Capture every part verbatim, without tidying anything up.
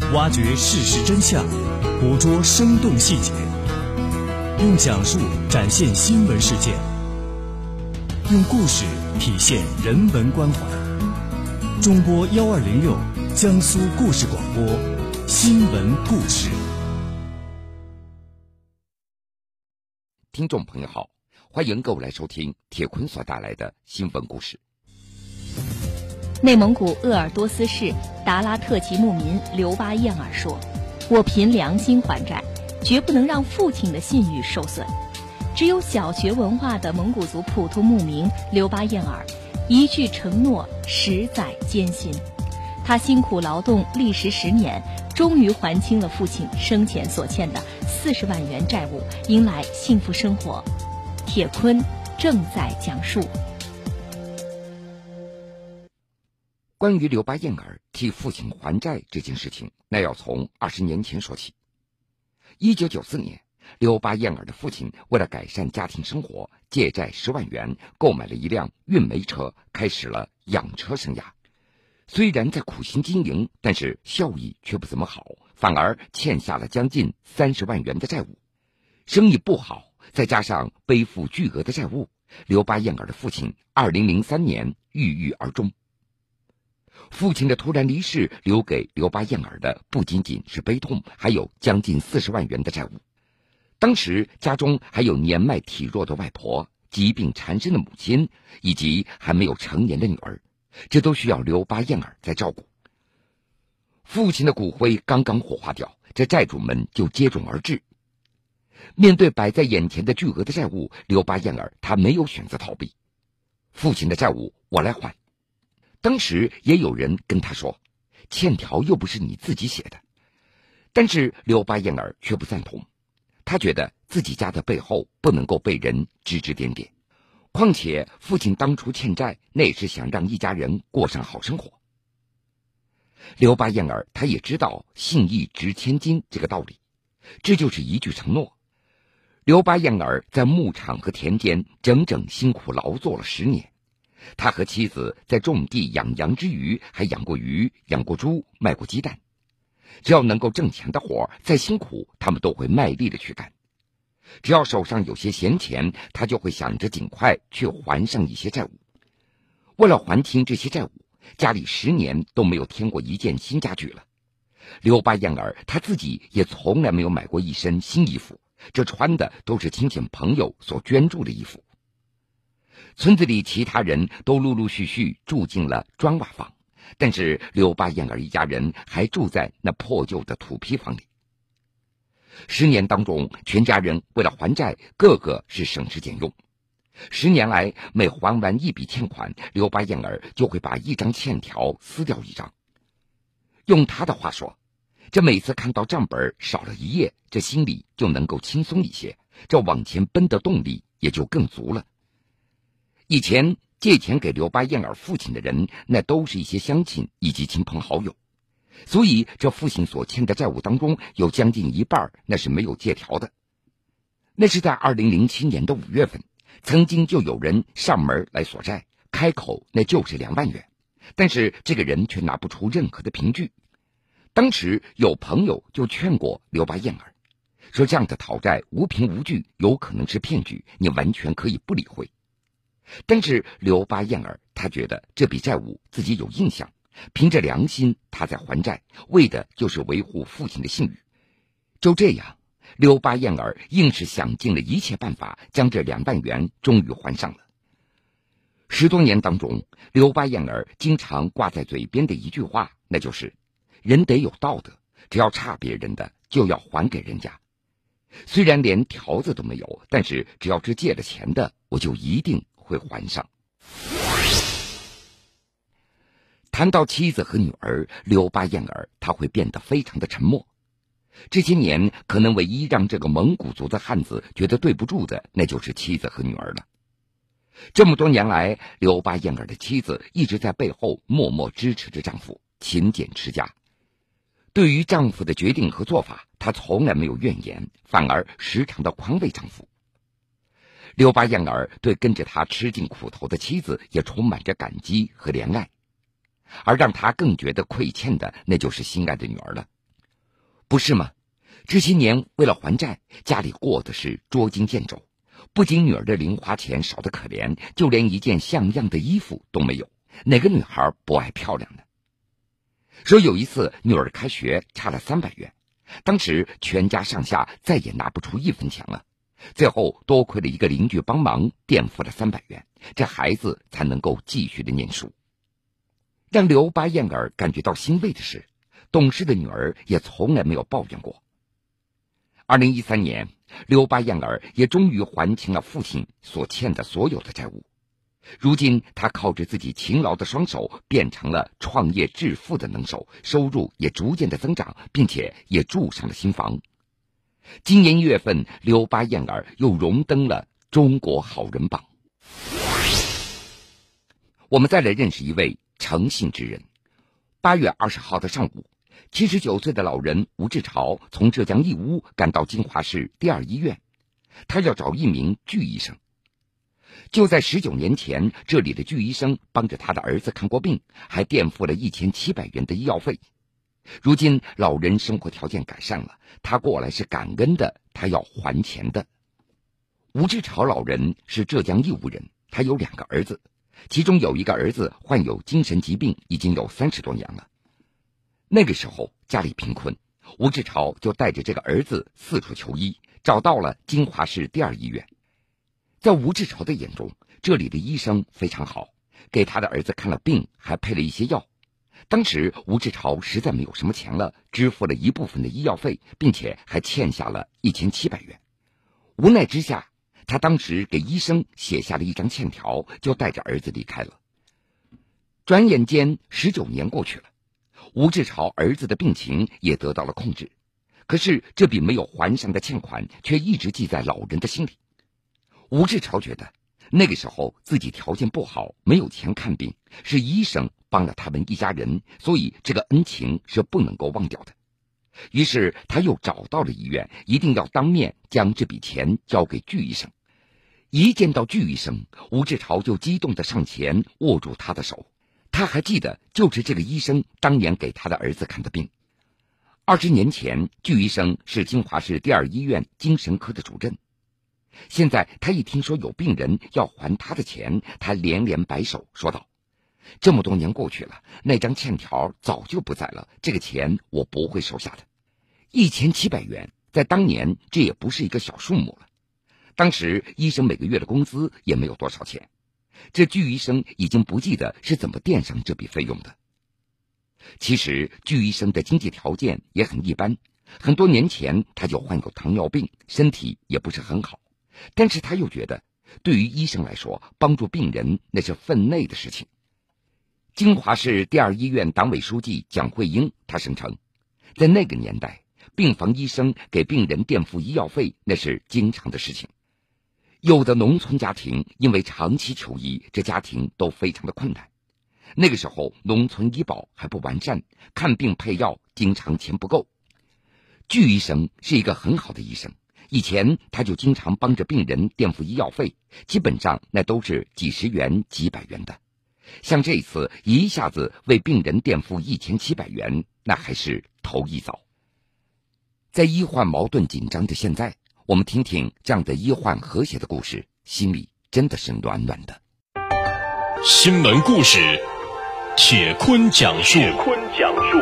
挖掘事实真相，捕捉生动细节，用讲述展现新闻事件，用故事体现人文关怀。中波幺二零六江苏故事广播，新闻故事。 听众朋友好，欢迎各位来收听铁坤所带来的新闻故事。 内蒙古鄂尔多斯市达拉特旗牧民刘巴燕尔说：“我凭良心还债，绝不能让父亲的信誉受损。”只有小学文化的蒙古族普通牧民刘巴燕尔，一句承诺实在艰辛。他辛苦劳动历时十年，终于还清了父亲生前所欠的四十万元债务，迎来幸福生活。铁坤正在讲述。 关于刘巴燕尔替父亲还债这件事情，那要从二十年前说起。一九九四年，刘巴燕尔的父亲为了改善家庭生活，借债十万元购买了一辆运煤车，开始了养车生涯。虽然在苦心经营，但是效益却不怎么好，反而欠下了将近三十万元的债务。生意不好，再加上背负巨额的债务，刘巴燕尔的父亲二零零三年郁郁而终。父亲的突然离世留给刘巴燕尔的不仅仅是悲痛，还有将近四十万元的债务。当时家中还有年迈体弱的外婆、疾病缠身的母亲，以及还没有成年的女儿，这都需要刘巴燕尔在照顾。父亲的骨灰刚刚火化掉，这债主们就接踵而至。面对摆在眼前的巨额的债务，刘巴燕尔他没有选择逃避。父亲的债务我来还。当时也有人跟他说，欠条又不是你自己写的。但是刘巴燕尔却不赞同，他觉得自己家的背后不能够被人指指点点。况且父亲当初欠债，那也是想让一家人过上好生活。刘巴燕尔他也知道信义值千金这个道理，这就是一句承诺。刘巴燕尔在牧场和田间整整辛苦劳作了十年。他和妻子在种地养羊之余，还养过鱼，养过猪，卖过鸡蛋。只要能够挣钱的活，再辛苦他们都会卖力的去干。只要手上有些闲钱，他就会想着尽快去还上一些债务。为了还清这些债务，家里十年都没有添过一件新家具了。刘巴燕尔他自己也从来没有买过一身新衣服，这穿的都是亲戚朋友所捐助的衣服。村子里其他人都陆陆续续住进了砖瓦房，但是刘巴燕尔一家人还住在那破旧的土坯房里。十年当中，全家人为了还债，个个是省吃俭用。十年来，每还完一笔欠款，刘巴燕尔就会把一张欠条撕掉一张。用他的话说，这每次看到账本少了一页，这心里就能够轻松一些，这往前奔的动力也就更足了。以前借钱给刘巴燕尔父亲的人，那都是一些乡亲以及亲朋好友，所以这父亲所欠的债务当中，有将近一半那是没有借条的。那是在二零零七年的五月份，曾经就有人上门来索债，开口那就是两万元，但是这个人却拿不出任何的凭据。当时有朋友就劝过刘巴燕尔，说这样的讨债无凭无据，有可能是骗局，你完全可以不理会。但是刘巴燕尔他觉得这笔债务自己有印象，凭着良心他在还债，为的就是维护父亲的信誉。就这样，刘巴燕尔硬是想尽了一切办法，将这两万元终于还上了。十多年当中，刘巴燕尔经常挂在嘴边的一句话，那就是人得有道德，只要差别人的就要还给人家。虽然连条子都没有，但是只要是借了钱的，我就一定会还上。谈到妻子和女儿，刘巴燕尔他会变得非常的沉默。这些年，可能唯一让这个蒙古族的汉子觉得对不住的，那就是妻子和女儿了。这么多年来，刘巴燕尔的妻子一直在背后默默支持着丈夫，勤俭持家。对于丈夫的决定和做法，她从来没有怨言，反而时常的宽慰丈夫。刘巴燕尔对跟着他吃尽苦头的妻子也充满着感激和怜爱，而让他更觉得亏欠的，那就是心爱的女儿了。 不是吗？这些年为了还债，家里过的是捉襟见肘，不仅女儿的零花钱少得可怜，就连一件像样的衣服都没有。哪个女孩不爱漂亮呢？说有一次女儿开学差了三百元，当时全家上下再也拿不出一分钱了，最后多亏了一个邻居帮忙垫付了三百元，这孩子才能够继续的念书。让刘八燕儿感觉到欣慰的是，懂事的女儿也从来没有抱怨过。二零一三年，刘八燕儿也终于还清了父亲所欠的所有的债务。如今他靠着自己勤劳的双手变成了创业致富的能手，收入也逐渐的增长，并且也住上了新房。今年一月份，刘八燕儿又荣登了中国好人榜。我们再来认识一位诚信之人。八月二十号的上午，七十九岁的老人吴志朝从浙江义乌赶到金华市第二医院，他要找一名巨医生。就在十九年前，这里的巨医生帮着他的儿子看过病，还垫付了一千七百元的医药费。如今老人生活条件改善了，他过来是感恩的，他要还钱的。吴志朝老人是浙江义乌人，他有两个儿子，其中有一个儿子患有精神疾病，已经有三十多年了。那个时候家里贫困，吴志朝就带着这个儿子四处求医，找到了金华市第二医院。在吴志朝的眼中，这里的医生非常好，给他的儿子看了病，还配了一些药。当时吴志朝实在没有什么钱了，支付了一部分的医药费，并且还欠下了一千七百元。无奈之下，他当时给医生写下了一张欠条，就带着儿子离开了。转眼间十九年过去了，吴志朝儿子的病情也得到了控制，可是这笔没有还上的欠款却一直记在老人的心里。吴志朝觉得那个时候自己条件不好，没有钱看病，是医生帮了他们一家人，所以这个恩情是不能够忘掉的。于是他又找到了医院，一定要当面将这笔钱交给巨医生。一见到巨医生，吴志朝就激动地上前握住他的手。他还记得就是这个医生当年给他的儿子看的病。二十年前，巨医生是金华市第二医院精神科的主任。现在他一听说有病人要还他的钱，他连连摆手说道：这么多年过去了，那张欠条早就不在了，这个钱我不会收下的。一千七百元在当年这也不是一个小数目了。当时医生每个月的工资也没有多少钱，这巨医生已经不记得是怎么垫上这笔费用的。其实巨医生的经济条件也很一般，很多年前他就患有糖尿病，身体也不是很好，但是他又觉得对于医生来说，帮助病人那是分内的事情。金华市第二医院党委书记蒋慧英他声称，在那个年代，病房医生给病人垫付医药费那是经常的事情。有的农村家庭因为长期求医，这家庭都非常的困难。那个时候农村医保还不完善，看病配药经常钱不够。巨医生是一个很好的医生，以前他就经常帮着病人垫付医药费，基本上那都是几十元几百元的。像这次一下子为病人垫付一千七百元，那还是头一遭。在医患矛盾紧张的现在，我们听听这样的医患和谐的故事，心里真的是暖暖的。 新闻故事，铁坤讲述。 铁坤讲述。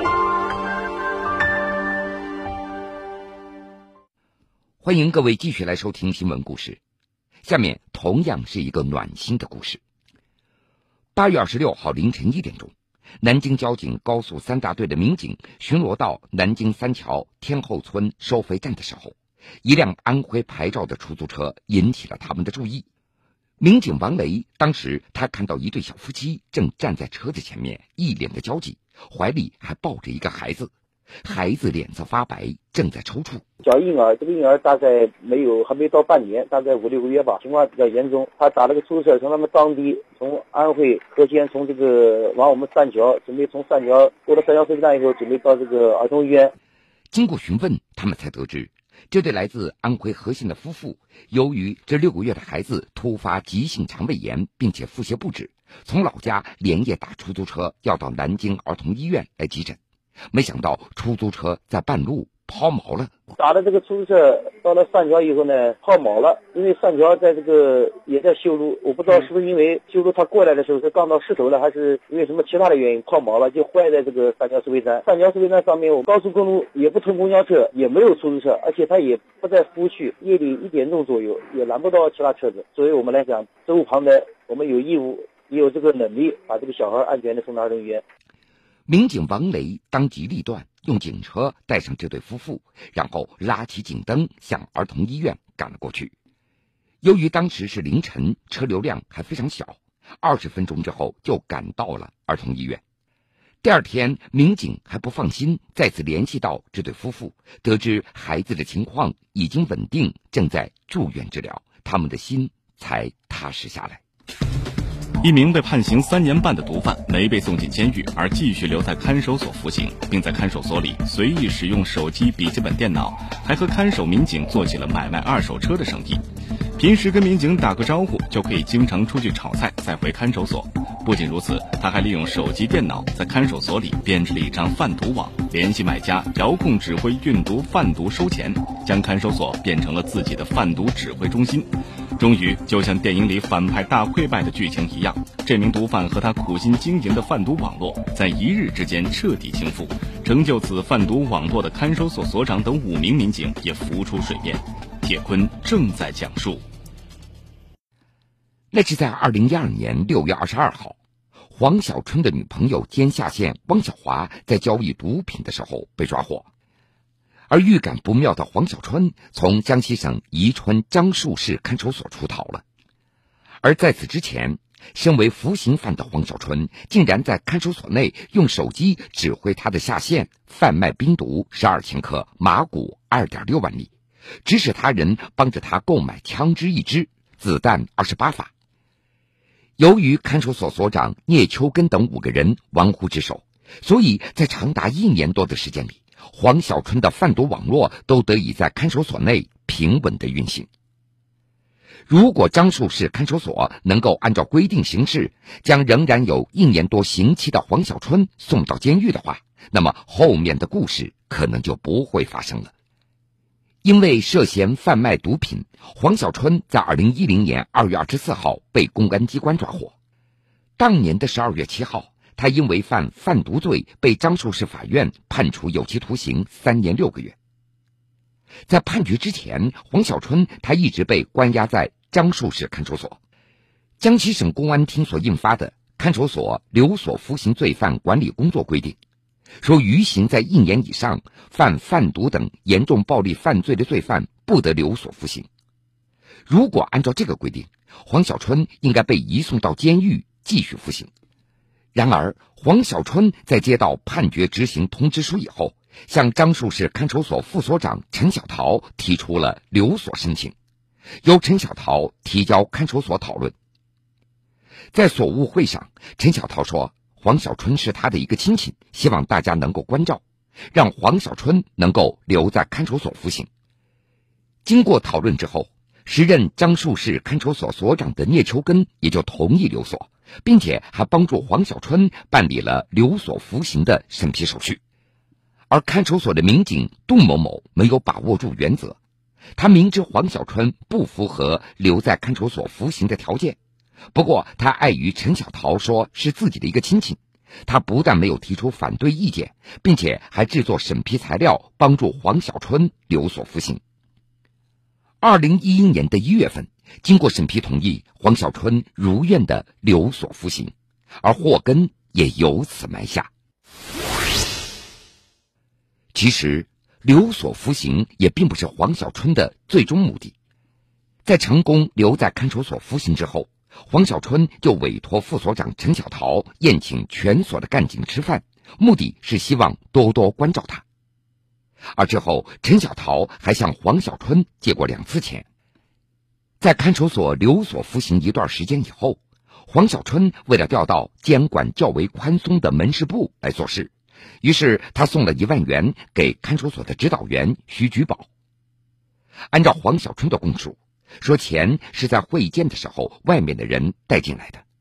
欢迎各位继续来收听新闻故事。下面同样是一个暖心的故事。八月二十六号凌晨一点钟，南京交警高速三大队的民警巡逻到南京三桥天后村收费站的时候，一辆安徽牌照的出租车引起了他们的注意。民警王雷当时他看到一对小夫妻正站在车的前面，一脸的焦急，怀里还抱着一个孩子，孩子脸色发白，正在抽搐。 小婴儿，这个婴儿大概没有还没到半年，大概五六个月吧，情况比较严重。他打了个出租车，从他们当地从安徽和县从这个往我们三桥，准备从三桥过了三桥收费站以后，准备到这个儿童医院。 经过询问，他们才得知，这对来自安徽和县的夫妇，由于这六个月的孩子突发急性肠胃炎，并且腹泻不止，从老家连夜打出租车要到南京儿童医院来急诊。没想到出租车在半路抛锚了。 打了这个出租车到了上桥以后呢，抛锚了，因为上桥在这个也在修路，我不知道是不是因为修路他过来的时候是刚到石头了，还是因为什么其他的原因抛锚了，就坏在这个上桥收费站。上桥收费站上面，我高速公路也不通公交车，也没有出租车，而且它也不在服务区，夜里一点钟左右也拦不到其他车子。作为我们来讲，责无旁贷，我们有义务也有这个能力把这个小孩安全的送到儿童医院。 民警王雷当机立断，用警车带上这对夫妇，然后拉起警灯向儿童医院赶了过去。由于当时是凌晨，车流量还非常小，二十分钟之后就赶到了儿童医院。第二天，民警还不放心，再次联系到这对夫妇，得知孩子的情况已经稳定，正在住院治疗，他们的心才踏实下来。 一名被判刑三年半的毒贩没被送进监狱，而继续留在看守所服刑，并在看守所里随意使用手机、笔记本电脑，还和看守民警做起了买卖二手车的生意。平时跟民警打个招呼，就可以经常出去炒菜，再回看守所。不仅如此，他还利用手机、电脑在看守所里编织了一张贩毒网，联系买家，遥控指挥运毒、贩毒、收钱，将看守所变成了自己的贩毒指挥中心。终于，就像电影里反派大溃败的剧情一样，这名毒贩和他苦心经营的贩毒网络在一日之间彻底倾覆。成就此贩毒网络的看守所所长等五名民警也浮出水面。铁坤正在讲述。 那是在二零一二年六月二十二号，黄小春的女朋友兼下线汪小华在交易毒品的时候被抓获。而预感不妙的黄小春从江西省宜春樟树市看守所出逃了。而在此之前，身为服刑犯的黄小春竟然在看守所内用手机指挥他的下线贩卖冰毒十二千克、麻古 二点六万粒，指使他人帮着他购买枪支一支、子弹二十八发。由于看守所所长聂秋根等五个人玩忽职守，所以在长达一年多的时间里，黄小春的贩毒网络都得以在看守所内平稳地运行。如果樟树市看守所能够按照规定行事，将仍然有一年多刑期的黄小春送到监狱的话，那么后面的故事可能就不会发生了。因为涉嫌贩卖毒品，黄小春在二零一零年二月二十四号被公安机关抓获。当年的十二月七号，他因为犯贩毒罪被樟树市法院判处有期徒刑三年六个月。在判决之前，黄小春他一直被关押在樟树市看守所。江西省公安厅所印发的《看守所留所服刑罪犯管理工作规定》说，余刑在一年以上犯贩毒等严重暴力犯罪的罪犯不得留所服刑。如果按照这个规定，黄小春应该被移送到监狱继续服刑。然而，黄小春在接到判决执行通知书以后，向樟树市看守所副所长陈小桃提出了留所申请，由陈小桃提交看守所讨论。在所务会上，陈小桃说，黄小春是他的一个亲戚，希望大家能够关照，让黄小春能够留在看守所服刑。经过讨论之后，时任樟树市看守所所长的聂秋根也就同意留所，并且还帮助黄小春办理了留所服刑的审批手续。而看守所的民警杜某某没有把握住原则，他明知黄小春不符合留在看守所服刑的条件，不过他碍于陈小桃说是自己的一个亲戚，他不但没有提出反对意见，并且还制作审批材料帮助黄小春留所服刑。二零一一年的一月份，经过审批同意，黄小春如愿的留所服刑，而祸根也由此埋下。其实留所服刑也并不是黄小春的最终目的。在成功留在看守所服刑之后，黄小春就委托副所长陈小桃宴请全所的干警吃饭，目的是希望多多关照他。而之后，陈小桃还向黄小春借过两次钱。在看守所留所服刑一段时间以后，黄小春为了调到监管较为宽松的门市部来做事，于是他送了一万元给看守所的指导员徐举宝。按照黄小春的供述，说钱是在会见的时候外面的人带进来的。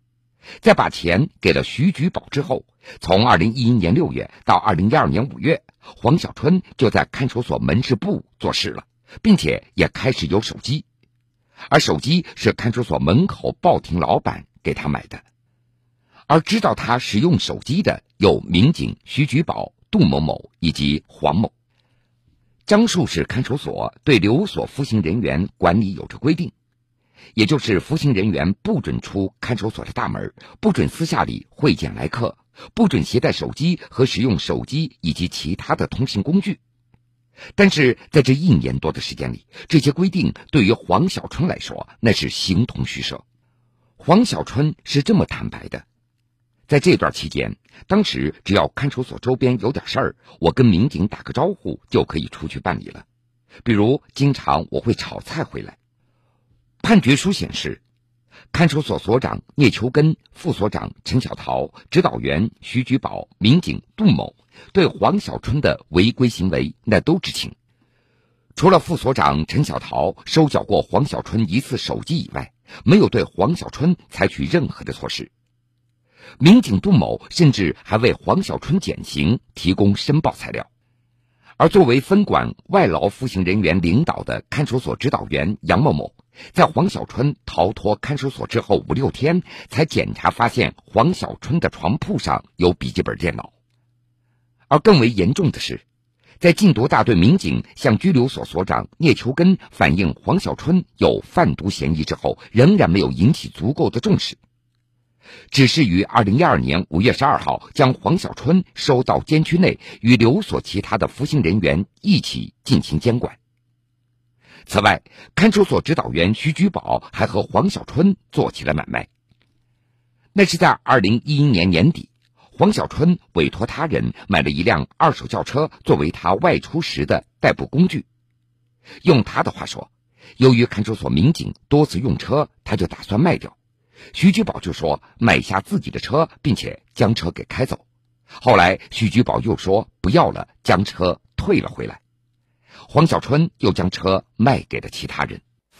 在把钱给了徐举宝之后，从二零一一年六月到二零一二年五月，黄小春就在看守所门市部做事了，并且也开始有手机，而手机是看守所门口报亭老板给他买的。而知道他使用手机的有民警徐举宝、杜某某以及黄某。樟树市看守所对留所服刑人员管理有着规定，也就是服刑人员不准出看守所的大门，不准私下里会见来客，不准携带手机和使用手机以及其他的通信工具。但是在这一年多的时间里，这些规定对于黄小春来说那是形同虚设。黄小春是这么坦白的，在这段期间，当时只要看守所周边有点事儿，我跟民警打个招呼就可以出去办理了。比如经常我会炒菜回来。判决书显示，看守所所长聂秋根、副所长陈小桃、指导员徐举宝、民警杜某对黄小春的违规行为那都知情。除了副所长陈小桃收缴过黄小春一次手机以外，没有对黄小春采取任何的措施。民警杜某甚至还为黄小春减刑提供申报材料。而作为分管外劳服刑人员领导的看守所指导员杨某某，在黄小春逃脱看守所之后五六天，才检查发现黄小春的床铺上有笔记本电脑。而更为严重的是，在禁毒大队民警向拘留所所长聂秋根反映黄小春有贩毒嫌疑之后，仍然没有引起足够的重视，只是于二零一二年五月十二号将黄小春收到监区内，与留所其他的服刑人员一起进行监管。此外，看守所指导员徐举宝还和黄小春做起了买卖。那是在二零一一年年底，黄小春委托他人买了一辆二手轿车作为他外出时的代步工具。用他的话说，由于看守所民警多次用车，他就打算卖掉。徐举宝就说买下自己的车，并且将车给开走。后来徐举宝又说不要了，将车退了回来。黄小春又将车卖给了其他人。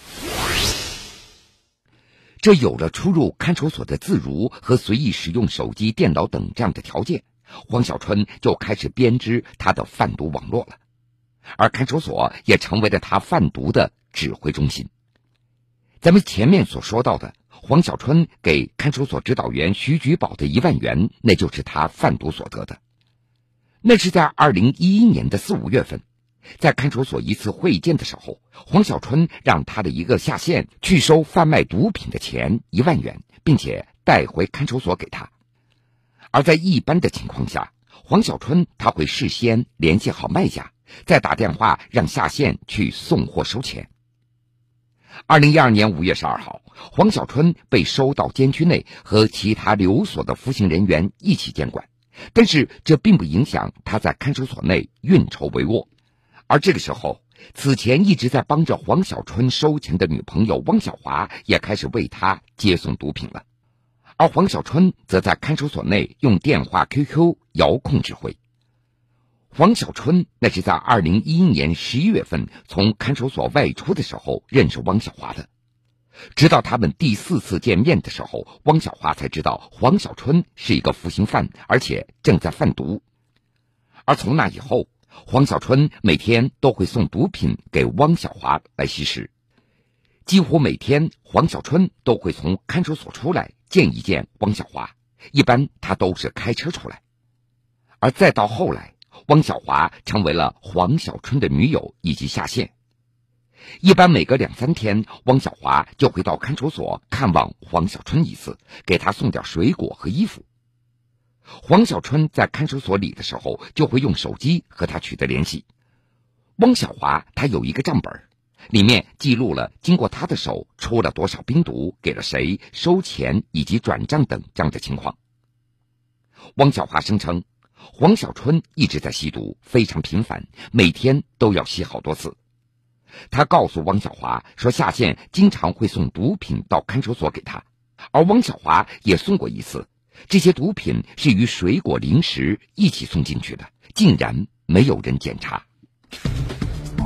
这有了出入看守所的自如和随意使用手机、电脑等这样的条件，黄小春就开始编织他的贩毒网络了，而看守所也成为了他贩毒的指挥中心。咱们前面所说到的黄小春给看守所指导员徐举宝的一万元，那就是他贩毒所得的。那是在二零一一年的四五月份，在看守所一次会见的时候，黄小春让他的一个下线去收贩卖毒品的钱一万元，并且带回看守所给他。而在一般的情况下，黄小春他会事先联系好卖家，再打电话让下线去送货收钱。二零一二年五月十二号，黄小春被收到监区内，和其他留所的服刑人员一起监管，但是这并不影响他在看守所内运筹帷幄。而这个时候，此前一直在帮着黄小春收钱的女朋友汪小华也开始为他接送毒品了，而黄小春则在看守所内用电话 Q Q 遥控指挥。黄小春那是在二零一一年十一月份从看守所外出的时候认识汪小华的，直到他们第四次见面的时候，汪小华才知道黄小春是一个服刑犯，而且正在贩毒。而从那以后，黄小春每天都会送毒品给汪小华来吸食，几乎每天黄小春都会从看守所出来见一见汪小华，一般他都是开车出来。而再到后来，汪小华成为了黄小春的女友以及下线。一般每隔两三天，汪小华就会到看守所看望黄小春一次，给他送点水果和衣服。黄小春在看守所里的时候，就会用手机和他取得联系。汪小华他有一个账本，里面记录了经过他的手出了多少冰毒，给了谁，收钱以及转账等这样的情况。汪小华声称黄小春一直在吸毒，非常频繁，每天都要吸好多次。他告诉汪小华说，下线经常会送毒品到看守所给他，而汪小华也送过一次，这些毒品是与水果零食一起送进去的，竟然没有人检查。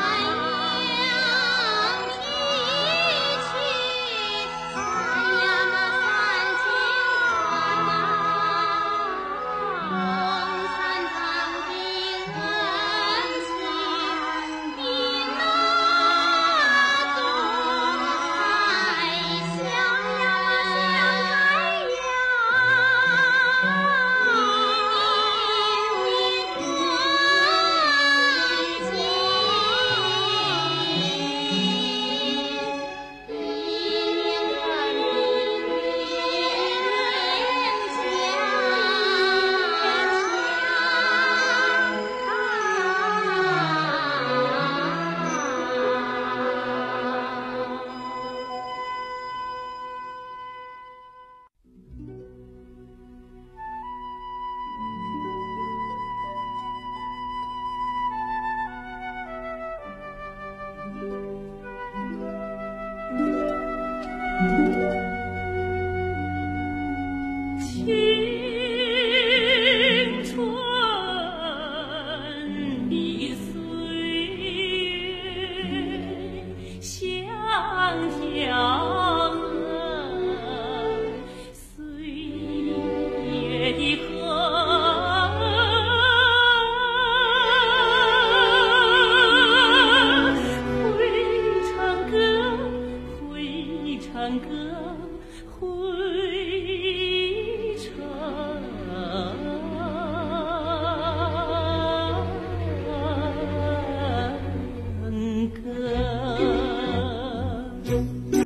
灰尘。